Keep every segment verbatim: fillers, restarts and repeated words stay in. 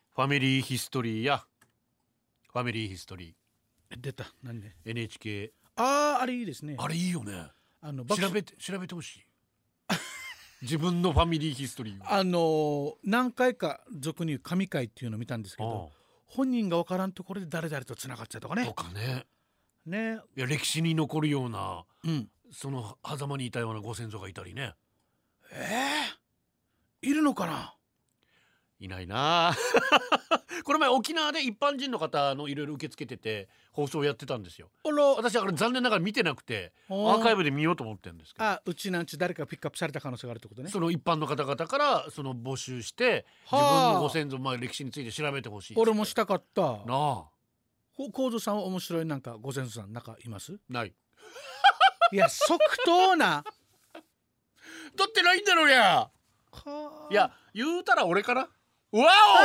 ファミリーヒストリーやファミリーヒストリえ出た何でー エヌエイチケー。 あああれいいですね。 あれいいよね。 あの爆調べて調べてほしい自分のファミリーヒストリーを。 あのー何回か俗に言う神回っていうのを見たんですけど、本人が分からんところで誰々とつながっちゃうとかね。 とかね。 ね、 いや歴史に残るような、 うん、 その狭間にいたようなご先祖がいたりね。 えー、いるのかな。 いないなこの前沖縄で一般人の方のいろいろ受け付けてて放送やってたんですよ。 あら、 私は残念ながら見てなくてアーカイブで見ようと思ってるんですけど、 あ、うちなんち誰かピックアップされた可能性があるってことね。 その一般の方々からその募集して自はあ分のご先祖、まあ、歴史について調べてほしいっつって俺もしたかったなあ。 こ幸三さんは面白いなんかご先祖さんなんかいます？ ないいや即答なだってないんだろうや。 かいや言うたら俺かな。わ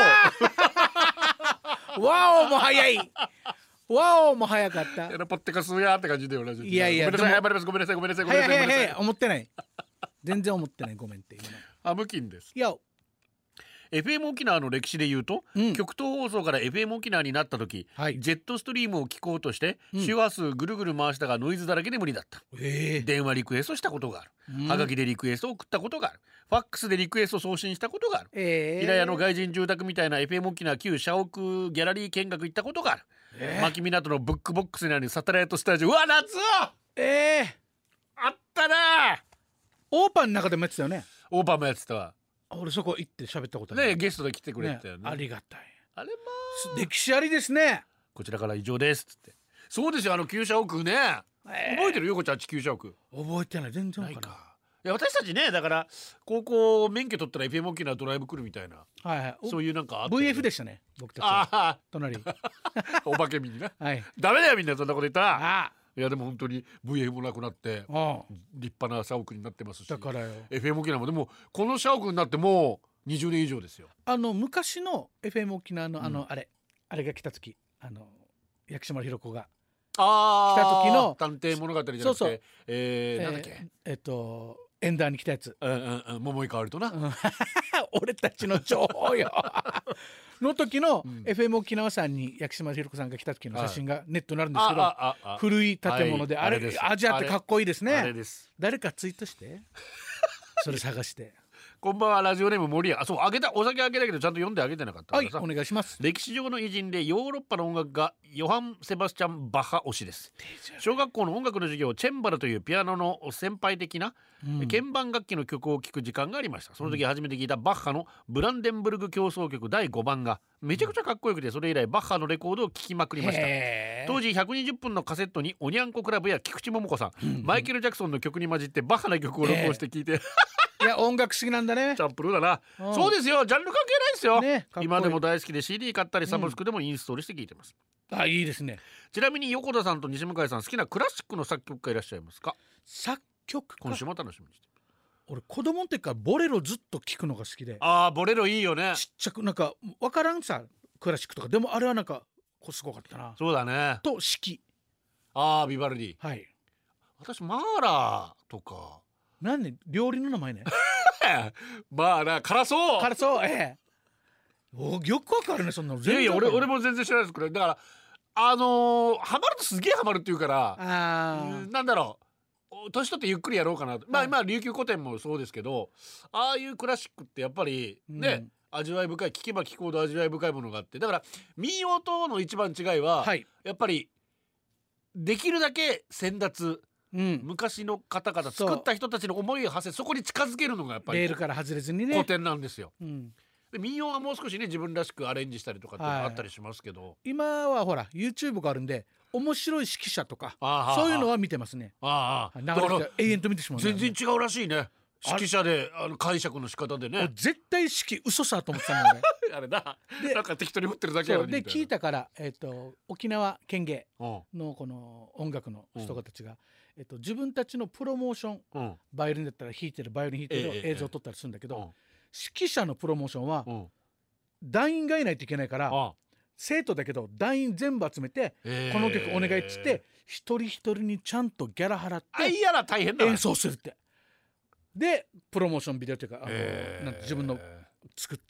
おわおも早いわおも早かったおやらポッテカスやって感じで同じ。 いやいやごめんなさいでも謝りますごめんなさいごめんなさいごめん早ないさいごめんなさい。 早い早い思ってない全然思ってないごめんって今のアムキンです。 いや、 エフエム 沖縄の歴史で言うと、 うん、 極東放送から エフエム 沖縄になった時、 はい、 ジェットストリームを聞こうとして、 うん、 周波数ぐるぐる回したがノイズだらけで無理だった、 えー、 電話リクエストしたことがある、 うん、 はがきでリクエストを送ったことがある、ファックスでリクエスト送信したことがある、 えー、 平屋の外人住宅みたいな エフエム 沖縄旧社屋ギャラリー見学行ったことがある、 えー、 牧港のブックボックスにあるサテライトスタジオ。うわ夏えー、 あったな。 オーパーの中でもやってたよね。 オーバーもやってたわ俺そこ行って喋ったことあるね。ゲストで来てくれてたよね。 ありがたい。 あれまあ歴史ありですね。 こちらから以上ですっつって。そうですよ、あの旧社屋ね、えー、覚えてるよこちゃんち旧社屋。 覚えてない全然ないわからん。 か。いや私たちねだから高校免許取ったら エフエム 沖縄ドライブ来るみたいな、 はいはい、 そういうなんかあった、ね、 ブイエフ でしたね僕たちは。 ああ隣お化け見になはいダメだよみんなそんなこと言ったら。 ああいやでも本当に ブイエフ もなくなってああ立派な社屋になってますし、 だからよエフエム 沖縄もでもこの社屋になってもうにじゅうねん以上ですよ。 あの昔の エフエム 沖縄のあの、 うん、 あれあれが来た時あの薬師丸ひろ子があ来た時の探偵物語じゃなくてそうそうえー、なんだっけ、 えー、えっとエンダーに来たやつ、 うんうんうん、桃井かおりとな、うん、 俺たちの情報よの時の、 うん、 エフエム 沖縄さんに薬師丸ひろ子さんが来た時の写真がネットになるんですけど、 ああああ古い建物で、はい、あれ、あれアジアってかっこいいですね。 あれです。 誰かツイートしてそれ探してこんばんは、ラジオネーム森谷。あ、そう、あげた、お酒あげたけどちゃんと読んであげてなかったはい、お願いします。 歴史上の偉人でヨーロッパの音楽がヨハン・セバスチャン・バッハ推しです。小学校の音楽の授業、チェンバルというピアノの先輩的な、うん、鍵盤楽器の曲を聴く時間がありました。その時初めて聞いたバッハのブランデンブルグ協奏曲だいごばんがめちゃくちゃかっこよくて、それ以来バッハのレコードを聴きまくりました。当時ひゃくにじゅっぷんのカセットにおにゃんこクラブや菊池桃子さん、うん、マイケル・ジャクソンの曲に混じってバッハの曲を録音して聴いて、 いや音楽好きなんだね。 チャンプルーだな、うん、そうですよ、ジャンル関係ないですよ、ね、今でも大好きで シーディー 買ったりサブスクでもインストールして聴いてます、 うん、あ、いいですね。 ちなみに横田さんと西向井さん、好きなクラシックの作曲家いらっしゃいますか？ 作曲家、 今週も楽しみにして。 俺子供の時からボレロずっと聴くのが好きで。 あー、ボレロいいよね。 ちっちゃくなんか分からんさクラシックとかでもあれはなんかこすごかったな。 そうだね。 と四季。 あー、ビバルディ。 はい。 私マーラーとか。 なんで料理の名前ねマーラー、辛そう辛そう、ええ、およくわかるねそんなの。 いやいや、俺俺も全然知らないです。これだからあのー、ハマるとすげえハマるっていうから、あ、なんだろう、年取ってゆっくりやろうかなと、はい、まあ今琉球古典もそうですけど、ああいうクラシックってやっぱりね、うん、味わい深い、聞けば聞くほど味わい深いものがあって、だから民謡との一番違いは、はい、やっぱりできるだけ先達、うん、昔の方々作った人たちの思いを馳せ、そこに近づけるのがやっぱりレールから外れずにね古典なんですよ、うん、 で民謡はもう少しね自分らしくアレンジしたりとかってあったりしますけど、はい、 今はほら YouTube があるんで面白い指揮者とかそういうのは見てますね。 ああ、 だから永遠と見てしまう、ね、 全然違うらしいね、指揮者であの解釈の仕方でね。 絶対指揮嘘さと思ってたもんねあれだ、なんか適当に振ってるだけやのにで聞いたから、えー、と沖縄県芸のこの音楽の人たちが、うんえっと、自分たちのプロモーション、うん、バイオリンだったら弾いてるバイオリン弾いてる、ええ、映像を撮ったりするんだけど、ええ、指揮者のプロモーションは、うん、団員がいないといけないから、ああ生徒だけど団員全部集めて、えー、この曲お願いっつって一人一人にちゃんとギャラ払ってあいやら大変だ、ね、 演奏するってでプロモーションビデオというかあの、えー、なんて自分の作って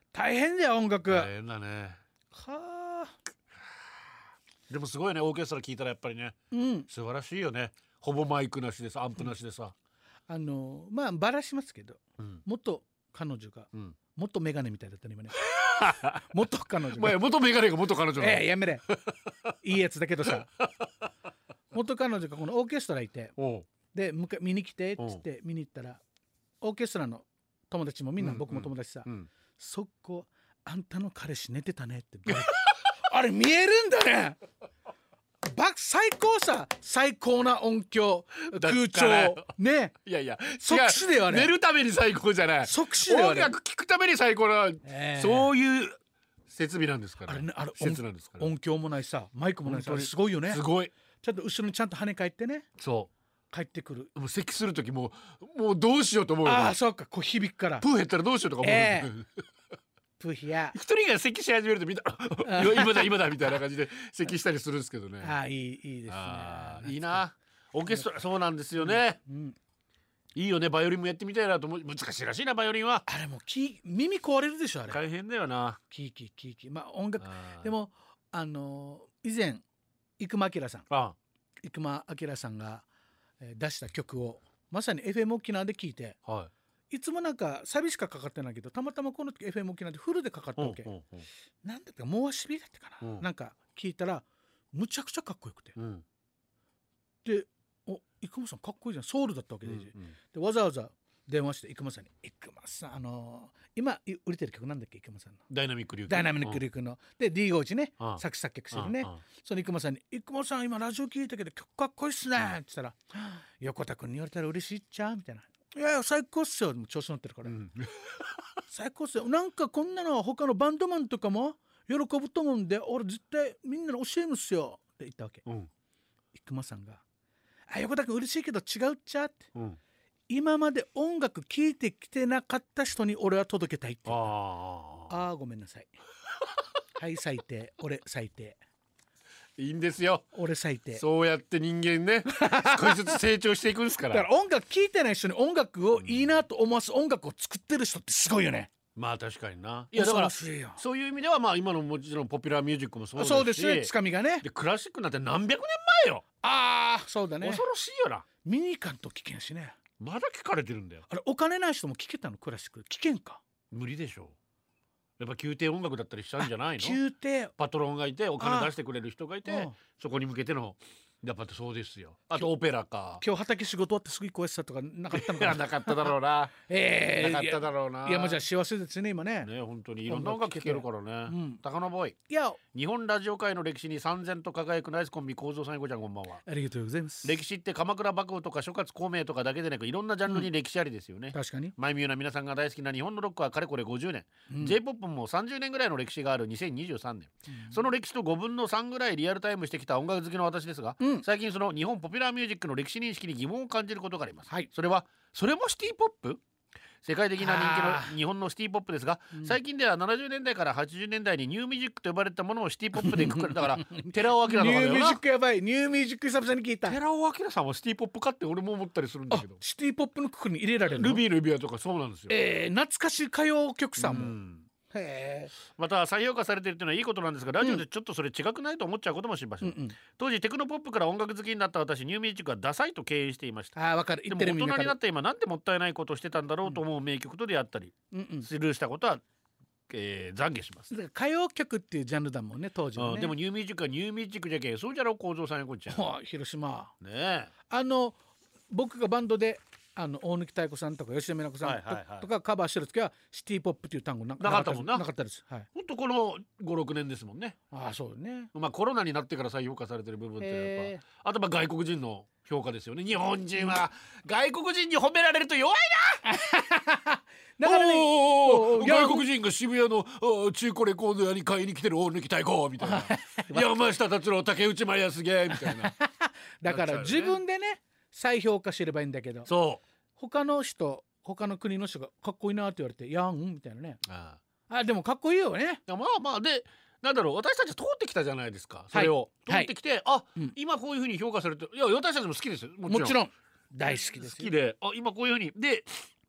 大変だよ音楽。 大変だね。 はあ。 でもすごいね、オーケストラ聞いたらやっぱりね、 うん、 素晴らしいよね。ほぼマイクなしでさ、アンプなしでさ、 うん、あのまあバラしますけど、うん、元彼女が、うん、元メガネみたいだったね今ね元彼女が元メガネが元彼女ええー、やめれいいやつだけどさ元彼女がこのオーケストラいて、で見に来てっつって見に行ったら、オーケストラの友達もみんな、僕も友達さ、うんうん、そこあんたの彼氏寝てたねってあれ見えるんだね。バ最高さ、最高な音響空調ね。 いやいや即死だよね。 寝るために最高じゃない、 即死だよね。 音楽聴くために最高な、えー、そういう設備なんですから、ね、 あれね、あれ施設なんですから、 音響もないさ、マイクもないさ、すごいよね。 すごい。 ちゃんと後ろにちゃんと跳ね返ってね、 そう帰ってくる。 もう咳する時もうもうどうしようと思うよ。 ああそうか、こう響くからプー減ったらどうしようとか思う、えープーヒや一人が咳し始めるとみんな今だ今だみたいな感じで咳したりするんですけどね。 ああいいいいですね。 いいなオーケストラ。そうなんですよね、うんうん、いいよね。バイオリンもやってみたいなと思う。難しいらしいなバイオリンは。 あれもき耳壊れるでしょあれ。 大変だよな。 キーキーキーキーまあ音楽でもあの以前生間明さんああ生間明さんが出した曲をまさに エフエム 沖縄で聴いて、はい、いつもなんかサビしかかかってないけど、たまたまこの時 エフエム 沖縄でフルでかかったわけ、うんうんうん、なんだったかモアシビだったかな、うん、なんか聞いたらむちゃくちゃかっこよくて、うん、でお生間さんかっこいいじゃん、ソウルだったわけで、うんうん、でわざわざ電話して生間さんに、生間さんあのー、今売れてる曲なんだっけ、生間さんのダイナミックリュウクダイナミックリュウクの、うん、で ディーゴーチね、うん、作詞作曲するね、うんうん、その生間さんに、生間さん今ラジオ聞いたけど曲かっこいいっすねって言ったら、うん、横田君に言われたら嬉しいっちゃみたいな、いやいや最高っすよ、調子乗ってるから、うん、最高っすよ、なんかこんなの他のバンドマンとかも喜ぶと思うんで俺絶対みんなに教えますよって言ったわけ、うん、生間さんが、あ横田君嬉しいけど違うっちゃって、うん、今まで音楽聴いてきてなかった人に俺は届けたいって言った。ああごめんなさいはい最低、俺最低、 いいんですよ俺最低。 そうやって人間ね少しずつ成長していくんですからだから音楽聴いてない人に音楽をいいなと思わす音楽を作ってる人ってすごいよね。 まあ確かにな。いやだからそういう意味ではまあ今のもちろんポピュラーミュージックもそうですし、 そうですつかみがね、 でクラシックなんて何百年前よ。 ああそうだね、 恐ろしいよな。 ミニカンと聞けんしね。 まだ聞かれてるんだよ。 あれお金ない人も聞けたのクラシック聞けんか。 無理でしょ。やっぱ宮廷音楽だったりしたんじゃないの。 宮廷パトロンがいてお金出してくれる人がいて、そこに向けてのやっぱそうですよ。あとオペラか。 今日畑仕事終わってすぐ行こうやつとかなかったのかな。 なかっただろうな。 ええー、なかっただろうな。 いやまあじゃあ幸せですね今ね。 ね本当にいろんな音楽聴けるからね。うん、高野ボーイ。 いや日本ラジオ界の歴史に燦然と輝くナイスコンビ構造さん、ごちゃんこんばんは。 ありがとうございます。 歴史って鎌倉幕府とか諸葛孔明とかだけでなくいろんなジャンルに歴史ありですよね。うん、 確かに。 マイミューな皆さんが大好きな日本のロックはかれこれごじゅうねん、うん、J-ポップ もさんじゅうねんぐらいの歴史があるにせんにじゅうさんねん、うん、その歴史とごぶんのさんぐらいリアルタイムしてきた音楽好きの私ですが、うん、最近その日本ポピュラーミュージックの歴史認識に疑問を感じることがあります、はい、それはそれもシティポップ、世界的な人気の日本のシティポップですが、うん、最近ではななじゅうねんだいからはちじゅうねんだいにニューミュージックと呼ばれたものをシティポップでくくる。だから寺尾明とかだよな。 ニューミュージックやばい。ニューミュージック久々に聞いた。 寺尾明さんはシティポップかって俺も思ったりするんだけど、 シティポップのくくりに入れられるの。 ルビーの指輪とかそうなんですよ。 えー、懐かしい歌謡曲さんも、うん、 へまた再評価されているというのはいいことなんですが、ラジオでちょっとそれ違くないと思っちゃうこともしばしば、うんうん、当時テクノポップから音楽好きになった私、ニューミュージックはダサいと敬遠していました。 あ、わかる。 でも大人になって今なんてもったいないことをしてたんだろうと思う名曲と出会ったり、うんうん、スルーしたことは、えー、懺悔します。 だから歌謡曲っていうジャンルだもんね当時はね。 でもニューミュージックはニューミュージックじゃけんそうじゃろ構造さんやこっちゃん。 広島ねえ、 あの僕がバンドであの大貫妙子さんとか吉田美奈子さん と,、はいはいはい、とかカバーしてる時はシティポップっていう単語 な, なかったもんな。 なかったです。はい。 ほんとこのごろくねんですもんね。 ああそうね。 まあコロナになってから再評価されてる部分ってやっぱ、あとまあ外国人の評価ですよね。日本人は外国人に褒められると弱いな。だからね、外国人が渋谷の中古レコード屋に買いに来てる大貫妙子みたいな山下達郎竹内まりやすげえみたいなだから自分でね再評価すればいいんだけど、 そう他の人他の国の人がかっこいいなって言われてやんみたいなね。ああでもかっこいいよね。 まあまあでなんだろう、私たち通ってきたじゃないですか。それを、はい、通ってきて、はい、あ、うん、今こういう風に評価されて、いや私たちも好きですよ。もちろん、 もちろん大好きですよ。 好きで、あ今こういう風にで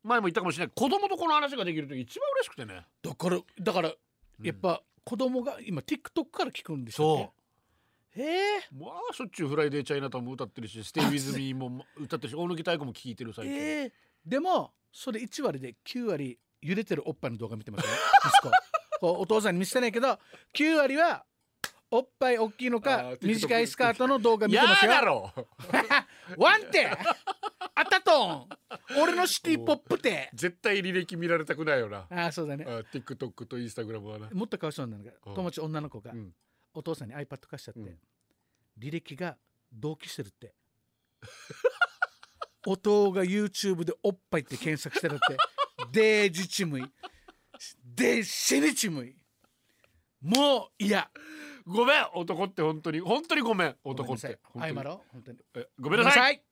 前も言ったかもしれない、子供とこの話ができると一番嬉しくてね。 だからだからやっぱ子供が今 TikTok から聞くんでしょうね。へえ。 まあしょっちゅうフライデーチャイナタウンも歌ってるし、ステイウィズミーも歌ってるし、大貫太鼓も聴いてる最近。 えー、でもそれいち割できゅう割揺れてるおっぱいの動画見てますよ息子。こうお父さんに見せてないけどきゅう割はおっぱい大きいのか短いスカートの動画見てますよ。 やだろワンテあったとん俺のシティポップって絶対履歴見られたくないよな。 ああそうだね。 あ TikTok と Instagram はな。 もっとかわいそうなのが友達女の子が、 うん、 お父さんに iPad 貸しちゃって、うん、履歴が同期してるってお父が YouTube でおっぱいって検索してるってデージチムイデーシニチムイもう嫌。 ごめん男って本当に本当にごめん男って。 謝ろう本当に。 ごめんなさい。